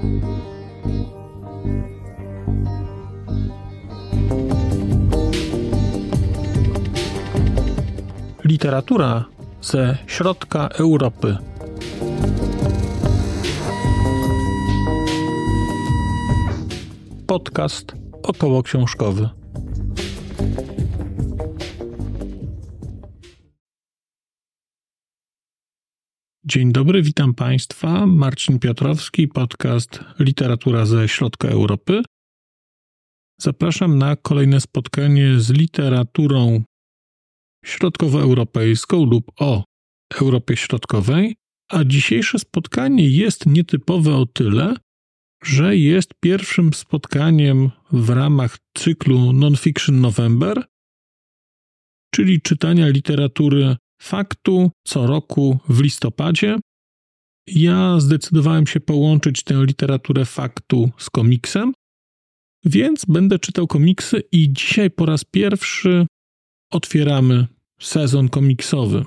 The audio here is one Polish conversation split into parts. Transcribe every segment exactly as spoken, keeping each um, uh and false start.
Literatura ze środka Europy. Podcast okołoksiążkowy. Dzień dobry, witam Państwa. Marcin Piotrowski, podcast Literatura ze środka Europy. Zapraszam na kolejne spotkanie z literaturą środkowoeuropejską lub o Europie Środkowej, a dzisiejsze spotkanie jest nietypowe o tyle, że jest pierwszym spotkaniem w ramach cyklu Non-Fiction November, czyli czytania literatury faktu co roku w listopadzie. Ja zdecydowałem się połączyć tę literaturę faktu z komiksem, więc będę czytał komiksy i dzisiaj po raz pierwszy otwieramy sezon komiksowy.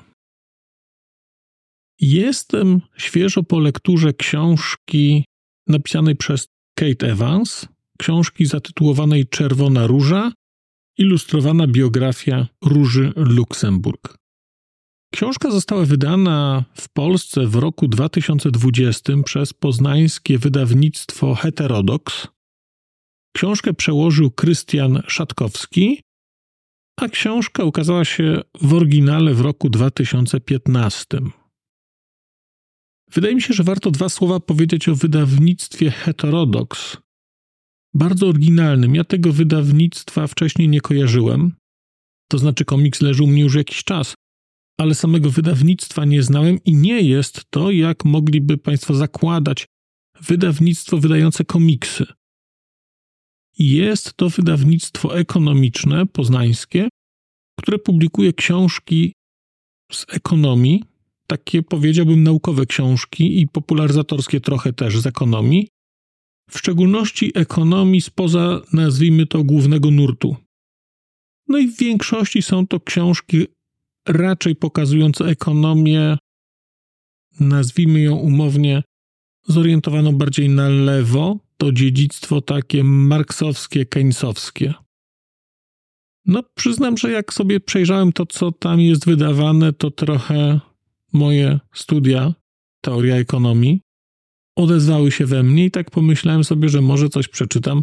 Jestem świeżo po lekturze książki napisanej przez Kate Evans, książki zatytułowanej Czerwona Róża, ilustrowana biografia Róży Luksemburg. Książka została wydana w Polsce w roku dwa tysiące dwudziestym przez poznańskie wydawnictwo Heterodox. Książkę przełożył Krystian Szatkowski, a książka ukazała się w oryginale w roku dwa tysiące piętnastym. Wydaje mi się, że warto dwa słowa powiedzieć o wydawnictwie Heterodox. Bardzo oryginalnym. Ja tego wydawnictwa wcześniej nie kojarzyłem. To znaczy komiks leży u mnie już jakiś czas, ale samego wydawnictwa nie znałem i nie jest to, jak mogliby Państwo zakładać, wydawnictwo wydające komiksy. Jest to wydawnictwo ekonomiczne, poznańskie, które publikuje książki z ekonomii, takie powiedziałbym naukowe książki i popularyzatorskie trochę też z ekonomii, w szczególności ekonomii spoza, nazwijmy to, głównego nurtu. No i w większości są to książki raczej pokazujące ekonomię, nazwijmy ją umownie, zorientowaną bardziej na lewo, to dziedzictwo takie marksowskie, keynesowskie. No przyznam, że jak sobie przejrzałem to, co tam jest wydawane, to trochę moje studia, teoria ekonomii, odezwały się we mnie i tak pomyślałem sobie, że może coś przeczytam.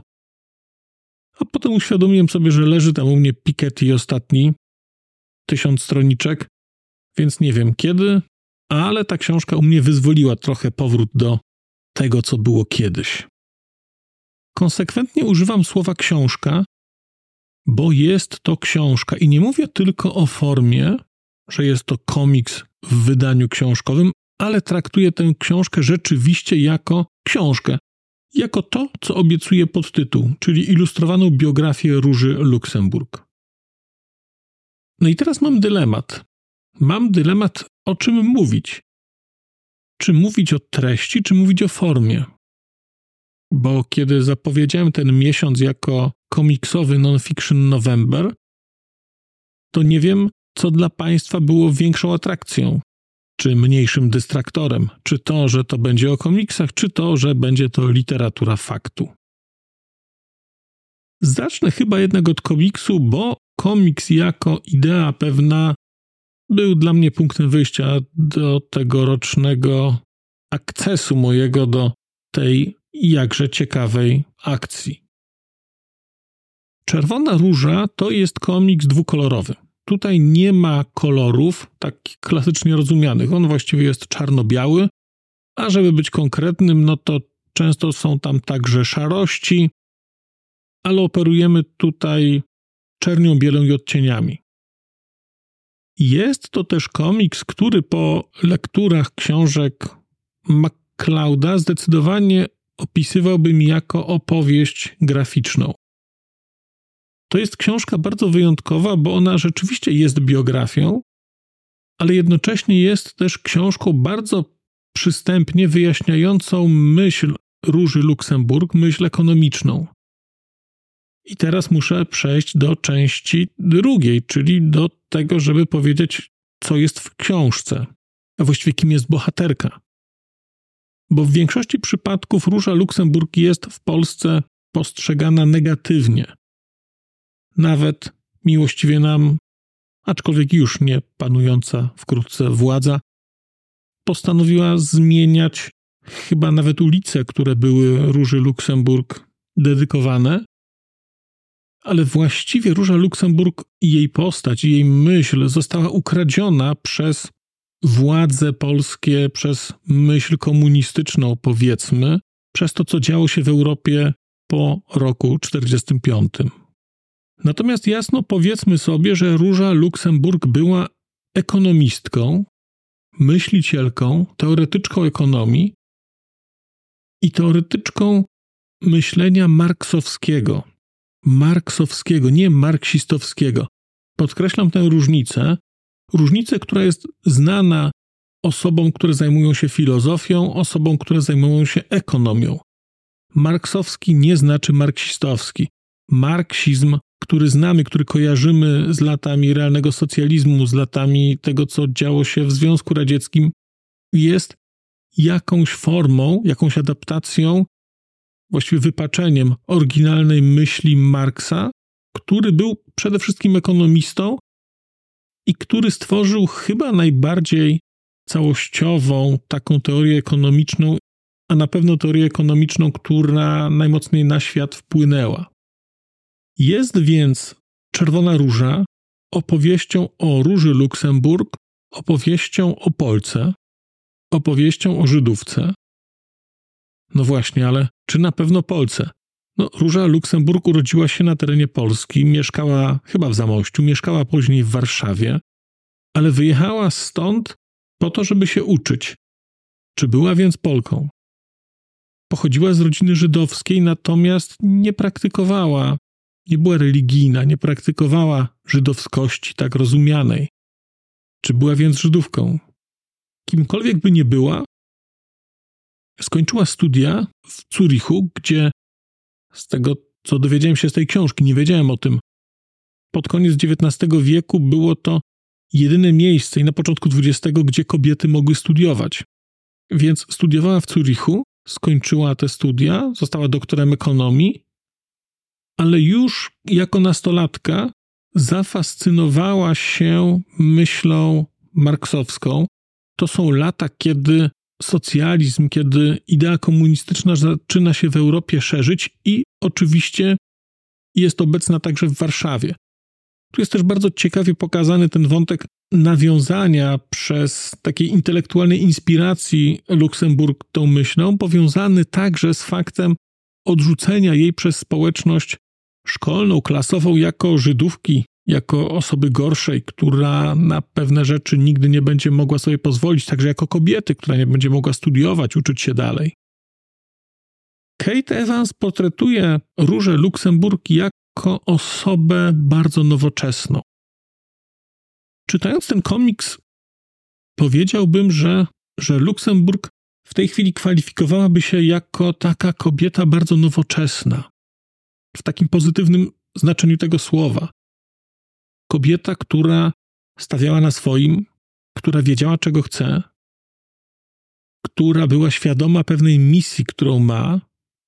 A potem uświadomiłem sobie, że leży tam u mnie Piketty ostatni, tysiąc stroniczek, więc nie wiem kiedy, ale ta książka u mnie wyzwoliła trochę powrót do tego, co było kiedyś. Konsekwentnie używam słowa książka, bo jest to książka i nie mówię tylko o formie, że jest to komiks w wydaniu książkowym, ale traktuję tę książkę rzeczywiście jako książkę, jako to, co obiecuje podtytuł, czyli ilustrowaną biografię Róży Luksemburg. No i teraz mam dylemat. Mam dylemat, o czym mówić. Czy mówić o treści, czy mówić o formie? Bo kiedy zapowiedziałem ten miesiąc jako komiksowy Non-Fiction November, to nie wiem, co dla Państwa było większą atrakcją, czy mniejszym dystraktorem, czy to, że to będzie o komiksach, czy to, że będzie to literatura faktu. Zacznę chyba jednak od komiksu, bo komiks jako idea pewna był dla mnie punktem wyjścia do tegorocznego akcesu mojego do tej jakże ciekawej akcji. Czerwona Róża to jest komiks dwukolorowy. Tutaj nie ma kolorów takich klasycznie rozumianych. On właściwie jest czarno-biały, a żeby być konkretnym, no to często są tam także szarości, ale operujemy tutaj czernią, bielą i odcieniami. Jest to też komiks, który po lekturach książek McClouda zdecydowanie opisywałbym jako opowieść graficzną. To jest książka bardzo wyjątkowa, bo ona rzeczywiście jest biografią, ale jednocześnie jest też książką bardzo przystępnie wyjaśniającą myśl Róży Luksemburg, myśl ekonomiczną. I teraz muszę przejść do części drugiej, czyli do tego, żeby powiedzieć, co jest w książce, a właściwie kim jest bohaterka. Bo w większości przypadków Róża Luksemburg jest w Polsce postrzegana negatywnie. Nawet miłościwie nam, aczkolwiek już nie panująca wkrótce władza, postanowiła zmieniać chyba nawet ulice, które były Róży Luksemburg dedykowane, ale właściwie Róża Luksemburg i jej postać, i jej myśl została ukradziona przez władze polskie, przez myśl komunistyczną, powiedzmy, przez to, co działo się w Europie po roku czterdziestym piątym. Natomiast jasno powiedzmy sobie, że Róża Luksemburg była ekonomistką, myślicielką, teoretyczką ekonomii i teoretyczką myślenia marksowskiego. Marksowskiego, nie marksistowskiego. Podkreślam tę różnicę. Różnicę, która jest znana osobom, które zajmują się filozofią, osobom, które zajmują się ekonomią. Marksowski nie znaczy marksistowski. Marksizm, który znamy, który kojarzymy z latami realnego socjalizmu, z latami tego, co działo się w Związku Radzieckim, jest jakąś formą, jakąś adaptacją, właściwie wypaczeniem oryginalnej myśli Marksa, który był przede wszystkim ekonomistą i który stworzył chyba najbardziej całościową taką teorię ekonomiczną, a na pewno teorię ekonomiczną, która najmocniej na świat wpłynęła. Jest więc Czerwona Róża opowieścią o Róży Luksemburg, opowieścią o Polce, opowieścią o Żydówce. No właśnie, ale czy na pewno Polce? No, Róża Luksemburg urodziła się na terenie Polski, mieszkała chyba w Zamościu, mieszkała później w Warszawie, ale wyjechała stąd po to, żeby się uczyć. Czy była więc Polką? Pochodziła z rodziny żydowskiej, natomiast nie praktykowała, nie była religijna, nie praktykowała żydowskości tak rozumianej. Czy była więc Żydówką? Kimkolwiek by nie była, skończyła studia w Zurichu, gdzie z tego, co dowiedziałem się z tej książki, nie wiedziałem o tym, pod koniec dziewiętnastego wieku było to jedyne miejsce i na początku dwudziestego, gdzie kobiety mogły studiować. Więc studiowała w Zurichu, skończyła te studia, została doktorem ekonomii, ale już jako nastolatka zafascynowała się myślą marksowską. To są lata, kiedy socjalizm, kiedy idea komunistyczna zaczyna się w Europie szerzyć i oczywiście jest obecna także w Warszawie. Tu jest też bardzo ciekawie pokazany ten wątek nawiązania przez takiej intelektualnej inspiracji Luksemburg tą myślą, powiązany także z faktem odrzucenia jej przez społeczność szkolną, klasową jako Żydówki, jako osoby gorszej, która na pewne rzeczy nigdy nie będzie mogła sobie pozwolić, także jako kobiety, która nie będzie mogła studiować, uczyć się dalej. Kate Evans portretuje Różę Luksemburg jako osobę bardzo nowoczesną. Czytając ten komiks, powiedziałbym, że, że Luksemburg w tej chwili kwalifikowałaby się jako taka kobieta bardzo nowoczesna. W takim pozytywnym znaczeniu tego słowa. Kobieta, która stawiała na swoim, która wiedziała, czego chce, która była świadoma pewnej misji, którą ma,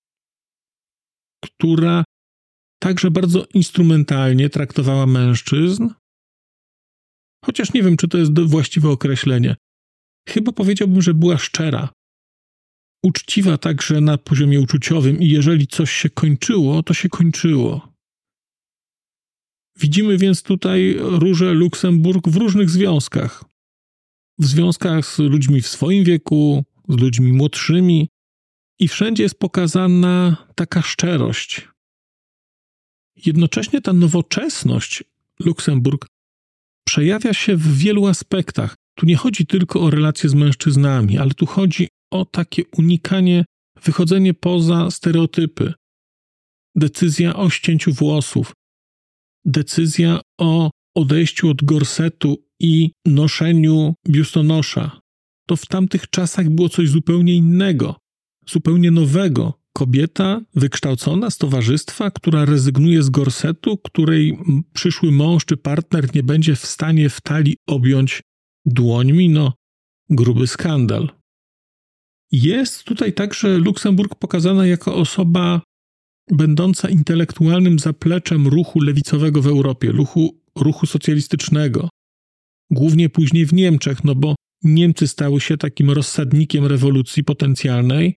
która także bardzo instrumentalnie traktowała mężczyzn, chociaż nie wiem, czy to jest właściwe określenie. Chyba powiedziałbym, że była szczera, uczciwa także na poziomie uczuciowym i jeżeli coś się kończyło, to się kończyło. Widzimy więc tutaj Różę Luksemburg w różnych związkach. W związkach z ludźmi w swoim wieku, z ludźmi młodszymi i wszędzie jest pokazana taka szczerość. Jednocześnie ta nowoczesność Luksemburg przejawia się w wielu aspektach. Tu nie chodzi tylko o relacje z mężczyznami, ale tu chodzi o takie unikanie, wychodzenie poza stereotypy. Decyzja o ścięciu włosów, decyzja o odejściu od gorsetu i noszeniu biustonosza. To w tamtych czasach było coś zupełnie innego, zupełnie nowego. Kobieta wykształcona z towarzystwa, która rezygnuje z gorsetu, której przyszły mąż czy partner nie będzie w stanie w talii objąć dłońmi, no gruby skandal. Jest tutaj także Luksemburg pokazana jako osoba będąca intelektualnym zapleczem ruchu lewicowego w Europie, ruchu, ruchu socjalistycznego. Głównie później w Niemczech, no bo Niemcy stały się takim rozsadnikiem rewolucji potencjalnej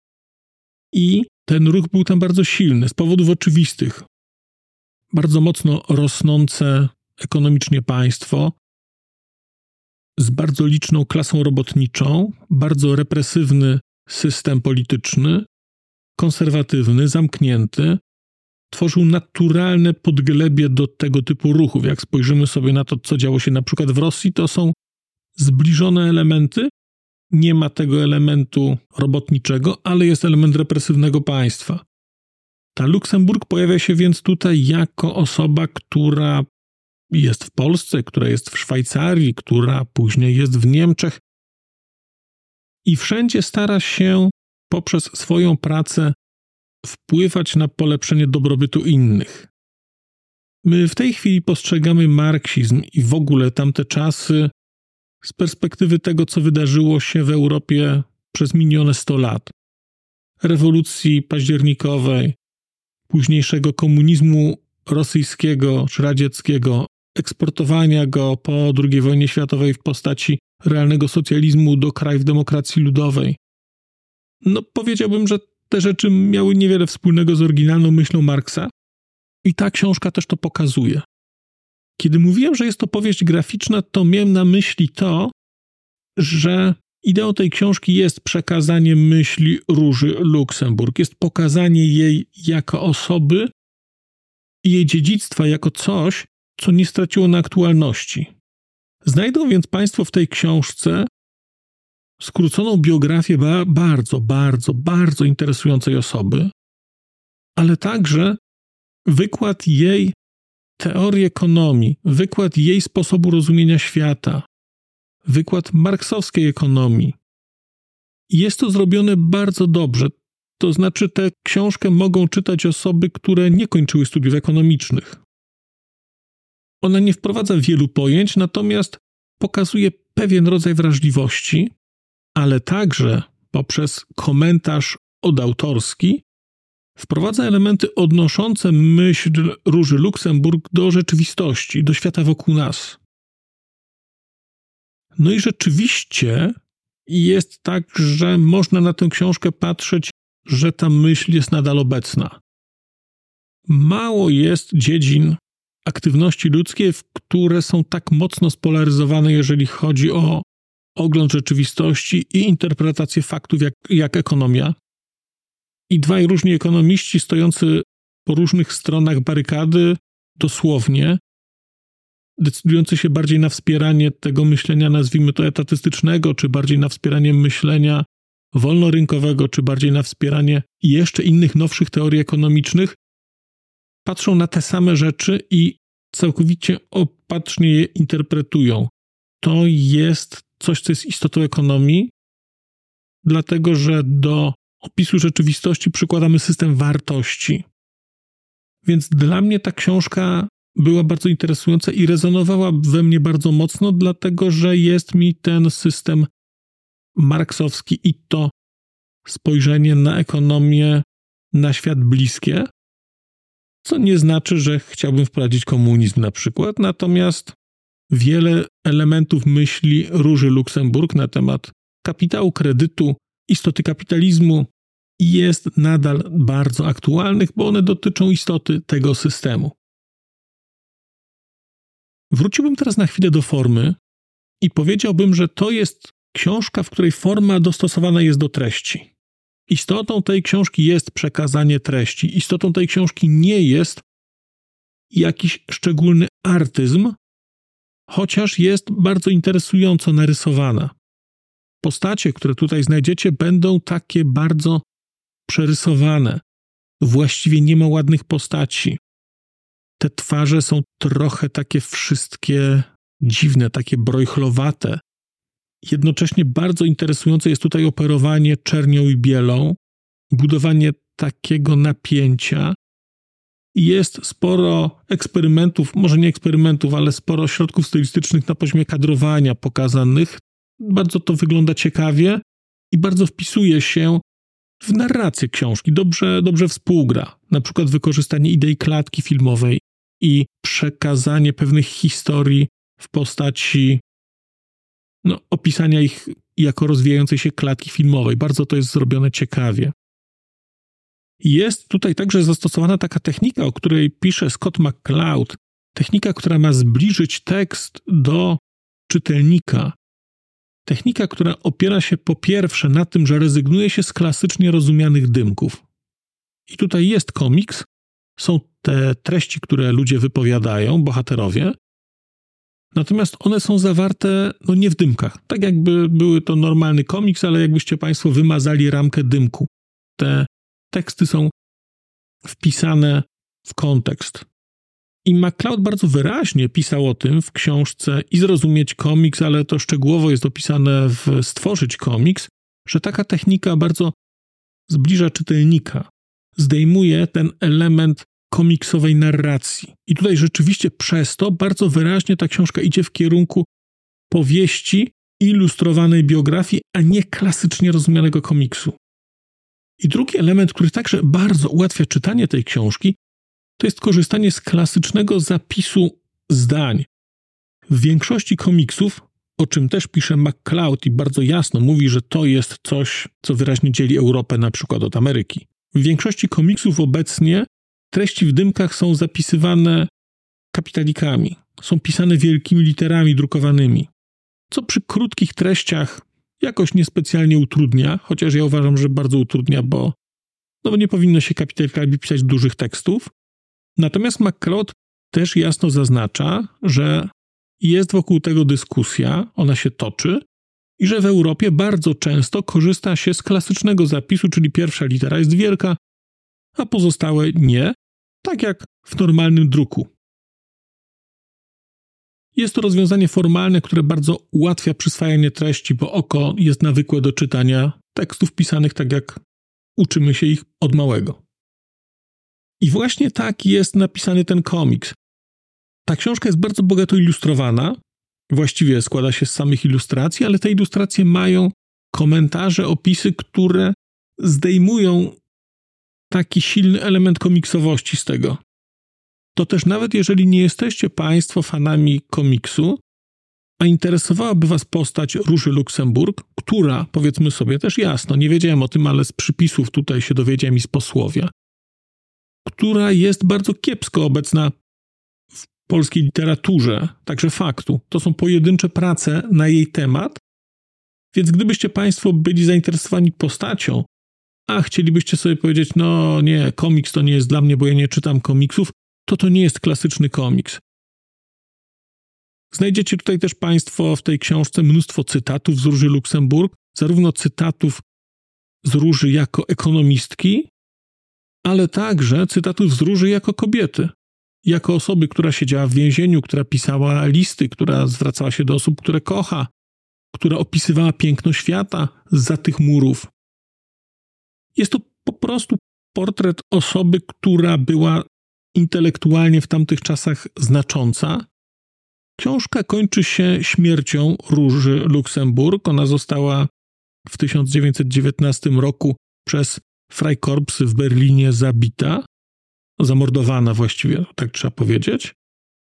i ten ruch był tam bardzo silny z powodów oczywistych. Bardzo mocno rosnące ekonomicznie państwo z bardzo liczną klasą robotniczą, bardzo represywny system polityczny, konserwatywny, zamknięty, tworzył naturalne podglebie do tego typu ruchów. Jak spojrzymy sobie na to, co działo się na przykład w Rosji, to są zbliżone elementy. Nie ma tego elementu robotniczego, ale jest element represywnego państwa. Ta Luksemburg pojawia się więc tutaj jako osoba, która jest w Polsce, która jest w Szwajcarii, która później jest w Niemczech i wszędzie stara się poprzez swoją pracę wpływać na polepszenie dobrobytu innych. My w tej chwili postrzegamy marksizm i w ogóle tamte czasy z perspektywy tego, co wydarzyło się w Europie przez minione sto lat. Rewolucji październikowej, późniejszego komunizmu rosyjskiego czy radzieckiego, eksportowania go po drugiej wojnie światowej w postaci realnego socjalizmu do krajów demokracji ludowej. No powiedziałbym, że te rzeczy miały niewiele wspólnego z oryginalną myślą Marksa i ta książka też to pokazuje. Kiedy mówiłem, że jest to powieść graficzna, to miałem na myśli to, że ideą tej książki jest przekazanie myśli Róży Luksemburg, jest pokazanie jej jako osoby i jej dziedzictwa jako coś, co nie straciło na aktualności. Znajdą więc Państwo w tej książce skróconą biografię ba- bardzo, bardzo, bardzo interesującej osoby, ale także wykład jej teorii ekonomii, wykład jej sposobu rozumienia świata, wykład marksowskiej ekonomii. I jest to zrobione bardzo dobrze. To znaczy, tę książkę mogą czytać osoby, które nie kończyły studiów ekonomicznych. Ona nie wprowadza wielu pojęć, natomiast pokazuje pewien rodzaj wrażliwości, ale także poprzez komentarz odautorski wprowadza elementy odnoszące myśl Róży Luksemburg do rzeczywistości, do świata wokół nas. No i rzeczywiście jest tak, że można na tę książkę patrzeć, że ta myśl jest nadal obecna. Mało jest dziedzin aktywności ludzkiej, które są tak mocno spolaryzowane, jeżeli chodzi o ogląd rzeczywistości i interpretację faktów jak, jak ekonomia. I dwaj różni ekonomiści stojący po różnych stronach barykady, dosłownie, decydujący się bardziej na wspieranie tego myślenia, nazwijmy to etatystycznego, czy bardziej na wspieranie myślenia wolnorynkowego, czy bardziej na wspieranie jeszcze innych, nowszych teorii ekonomicznych, patrzą na te same rzeczy i całkowicie opatrznie je interpretują. To jest coś, co jest istotą ekonomii, dlatego że do opisu rzeczywistości przykładamy system wartości. Więc dla mnie ta książka była bardzo interesująca i rezonowała we mnie bardzo mocno, dlatego że jest mi ten system marksowski i to spojrzenie na ekonomię, na świat bliskie, co nie znaczy, że chciałbym wprowadzić komunizm na przykład, natomiast wiele elementów myśli Róży Luksemburg na temat kapitału, kredytu, istoty kapitalizmu jest nadal bardzo aktualnych, bo one dotyczą istoty tego systemu. Wróciłbym teraz na chwilę do formy i powiedziałbym, że to jest książka, w której forma dostosowana jest do treści. Istotą tej książki jest przekazanie treści. Istotą tej książki nie jest jakiś szczególny artyzm, chociaż jest bardzo interesująco narysowana. Postacie, które tutaj znajdziecie, będą takie bardzo przerysowane. Właściwie nie ma ładnych postaci. Te twarze są trochę takie wszystkie dziwne, takie brojchlowate. Jednocześnie bardzo interesujące jest tutaj operowanie czernią i bielą, budowanie takiego napięcia. Jest sporo eksperymentów, może nie eksperymentów, ale sporo środków stylistycznych na poziomie kadrowania pokazanych. Bardzo to wygląda ciekawie i bardzo wpisuje się w narrację książki, dobrze, dobrze współgra. Na przykład wykorzystanie idei klatki filmowej i przekazanie pewnych historii w postaci no, opisania ich jako rozwijającej się klatki filmowej. Bardzo to jest zrobione ciekawie. Jest tutaj także zastosowana taka technika, o której pisze Scott McCloud. Technika, która ma zbliżyć tekst do czytelnika. Technika, która opiera się po pierwsze na tym, że rezygnuje się z klasycznie rozumianych dymków. I tutaj jest komiks, są te treści, które ludzie wypowiadają, bohaterowie, natomiast one są zawarte no nie w dymkach. Tak jakby były to normalny komiks, ale jakbyście Państwo wymazali ramkę dymku. Te teksty są wpisane w kontekst. I McCloud bardzo wyraźnie pisał o tym w książce i zrozumieć komiks, ale to szczegółowo jest opisane w Stworzyć komiks, że taka technika bardzo zbliża czytelnika, zdejmuje ten element komiksowej narracji. I tutaj rzeczywiście przez to bardzo wyraźnie ta książka idzie w kierunku powieści, ilustrowanej biografii, a nie klasycznie rozumianego komiksu. I drugi element, który także bardzo ułatwia czytanie tej książki, to jest korzystanie z klasycznego zapisu zdań. W większości komiksów, o czym też pisze McCloud i bardzo jasno mówi, że to jest coś, co wyraźnie dzieli Europę na przykład od Ameryki. W większości komiksów obecnie treści w dymkach są zapisywane kapitalikami, są pisane wielkimi literami drukowanymi, co przy krótkich treściach jakoś niespecjalnie utrudnia, chociaż ja uważam, że bardzo utrudnia, bo, no bo nie powinno się kapitalikami pisać dużych tekstów. Natomiast McCloud też jasno zaznacza, że jest wokół tego dyskusja, ona się toczy i że w Europie bardzo często korzysta się z klasycznego zapisu, czyli pierwsza litera jest wielka, a pozostałe nie, tak jak w normalnym druku. Jest to rozwiązanie formalne, które bardzo ułatwia przyswajanie treści, bo oko jest nawykłe do czytania tekstów pisanych tak, jak uczymy się ich od małego. I właśnie tak jest napisany ten komiks. Ta książka jest bardzo bogato ilustrowana, właściwie składa się z samych ilustracji, ale te ilustracje mają komentarze, opisy, które zdejmują taki silny element komiksowości z tego. To też nawet jeżeli nie jesteście Państwo fanami komiksu, a interesowałaby Was postać Róży Luksemburg, która, powiedzmy sobie też jasno, nie wiedziałem o tym, ale z przypisów tutaj się dowiedziałem i z posłowia, która jest bardzo kiepsko obecna w polskiej literaturze, także faktu. To są pojedyncze prace na jej temat, więc gdybyście Państwo byli zainteresowani postacią, a chcielibyście sobie powiedzieć, no nie, komiks to nie jest dla mnie, bo ja nie czytam komiksów, to to nie jest klasyczny komiks. Znajdziecie tutaj też Państwo w tej książce mnóstwo cytatów z Róży Luksemburg, zarówno cytatów z Róży jako ekonomistki, ale także cytatów z Róży jako kobiety, jako osoby, która siedziała w więzieniu, która pisała listy, która zwracała się do osób, które kocha, która opisywała piękno świata zza tych murów. Jest to po prostu portret osoby, która była intelektualnie w tamtych czasach znacząca. Książka kończy się śmiercią Róży Luksemburg. Ona została w tysiąc dziewięćset dziewiętnastym roku przez Freikorpsy w Berlinie zabita, zamordowana właściwie, tak trzeba powiedzieć.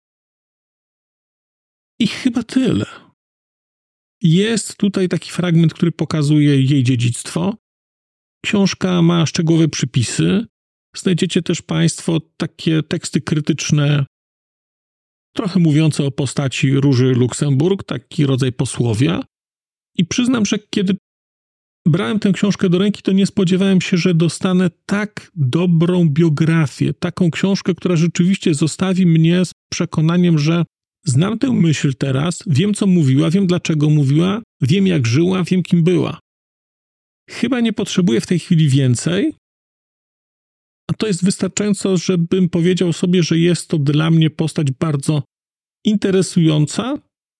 I chyba tyle. Jest tutaj taki fragment, który pokazuje jej dziedzictwo. Książka ma szczegółowe przypisy. Znajdziecie też Państwo takie teksty krytyczne, trochę mówiące o postaci Róży Luksemburg, taki rodzaj posłowia. I przyznam, że kiedy brałem tę książkę do ręki, to nie spodziewałem się, że dostanę tak dobrą biografię, taką książkę, która rzeczywiście zostawi mnie z przekonaniem, że znam tę myśl teraz, wiem co mówiła, wiem dlaczego mówiła, wiem jak żyła, wiem kim była. Chyba nie potrzebuję w tej chwili więcej, a to jest wystarczająco, żebym powiedział sobie, że jest to dla mnie postać bardzo interesująca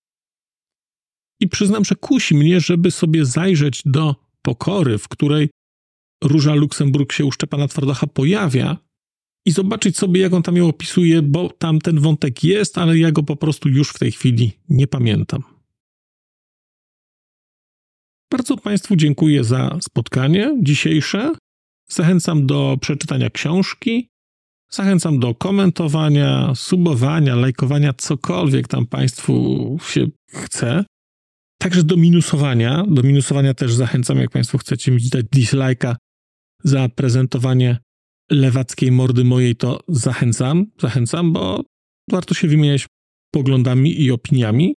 i przyznam, że kusi mnie, żeby sobie zajrzeć do Pokory, w której Róża Luksemburg się u Szczepana Twardocha pojawia i zobaczyć sobie, jak on tam ją opisuje, bo tam ten wątek jest, ale ja go po prostu już w tej chwili nie pamiętam. Bardzo Państwu dziękuję za spotkanie dzisiejsze. Zachęcam do przeczytania książki. Zachęcam do komentowania, subowania, lajkowania, cokolwiek tam Państwu się chce. Także do minusowania. Do minusowania też zachęcam, jak Państwo chcecie mi dać dislike'a za prezentowanie lewackiej mordy mojej, to zachęcam, zachęcam, bo warto się wymieniać poglądami i opiniami.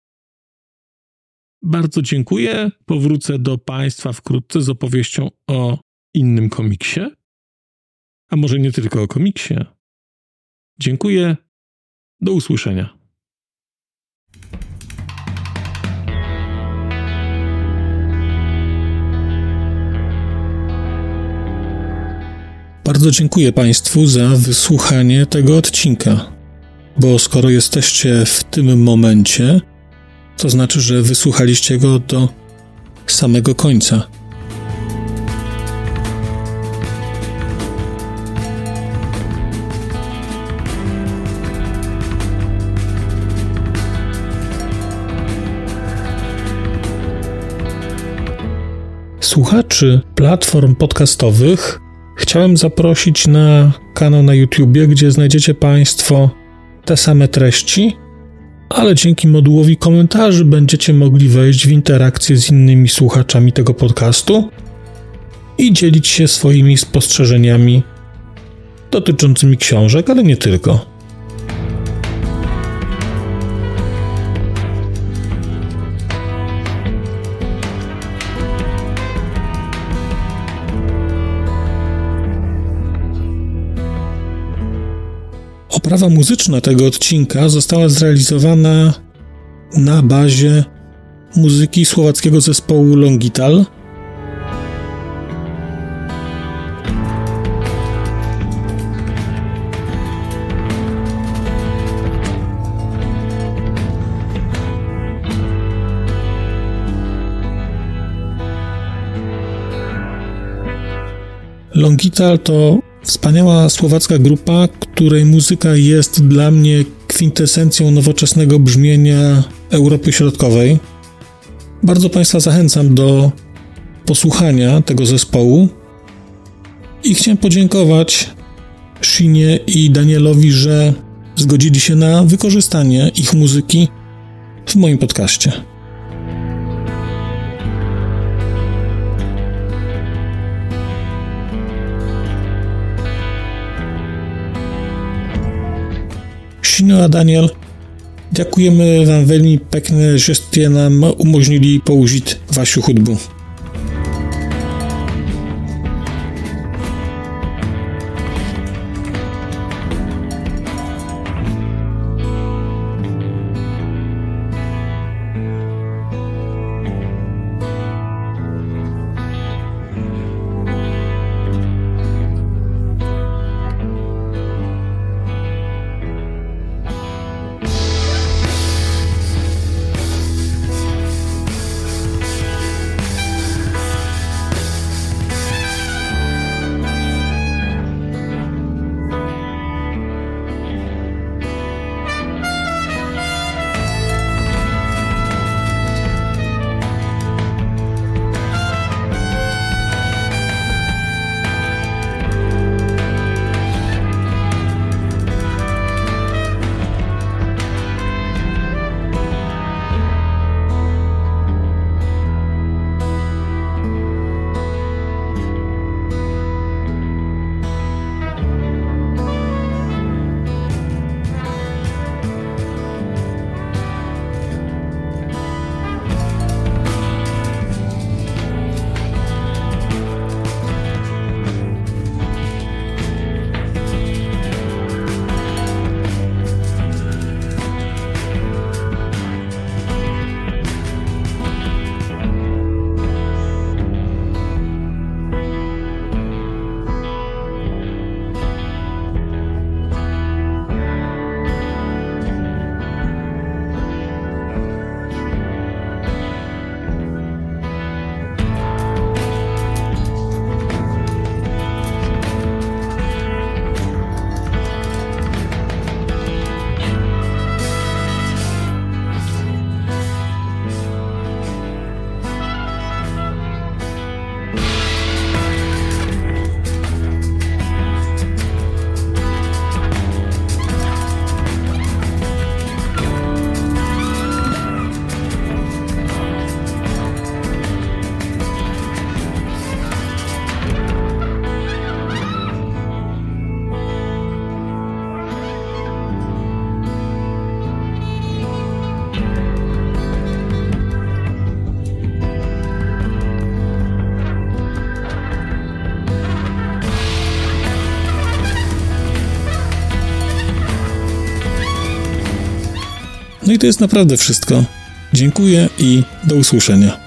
Bardzo dziękuję. Powrócę do Państwa wkrótce z opowieścią o innym komiksie. A może nie tylko o komiksie. Dziękuję. Do usłyszenia. Bardzo dziękuję Państwu za wysłuchanie tego odcinka, bo skoro jesteście w tym momencie, to znaczy, że wysłuchaliście go do samego końca. Słuchaczy platform podcastowych chciałem zaprosić na kanał na YouTubie, gdzie znajdziecie Państwo te same treści, ale dzięki modułowi komentarzy będziecie mogli wejść w interakcję z innymi słuchaczami tego podcastu i dzielić się swoimi spostrzeżeniami dotyczącymi książek, ale nie tylko. Oprawa muzyczna tego odcinka została zrealizowana na bazie muzyki słowackiego zespołu Longital. Longital to wspaniała słowacka grupa, której muzyka jest dla mnie kwintesencją nowoczesnego brzmienia Europy Środkowej. Bardzo Państwa zachęcam do posłuchania tego zespołu i chciałem podziękować Shinie i Danielowi, że zgodzili się na wykorzystanie ich muzyki w moim podcaście. Shino a Daniel, ďakujeme vám veľmi pekne, že ste nám umožnili použiť vašu hudbu. No i to jest naprawdę wszystko. Dziękuję i do usłyszenia.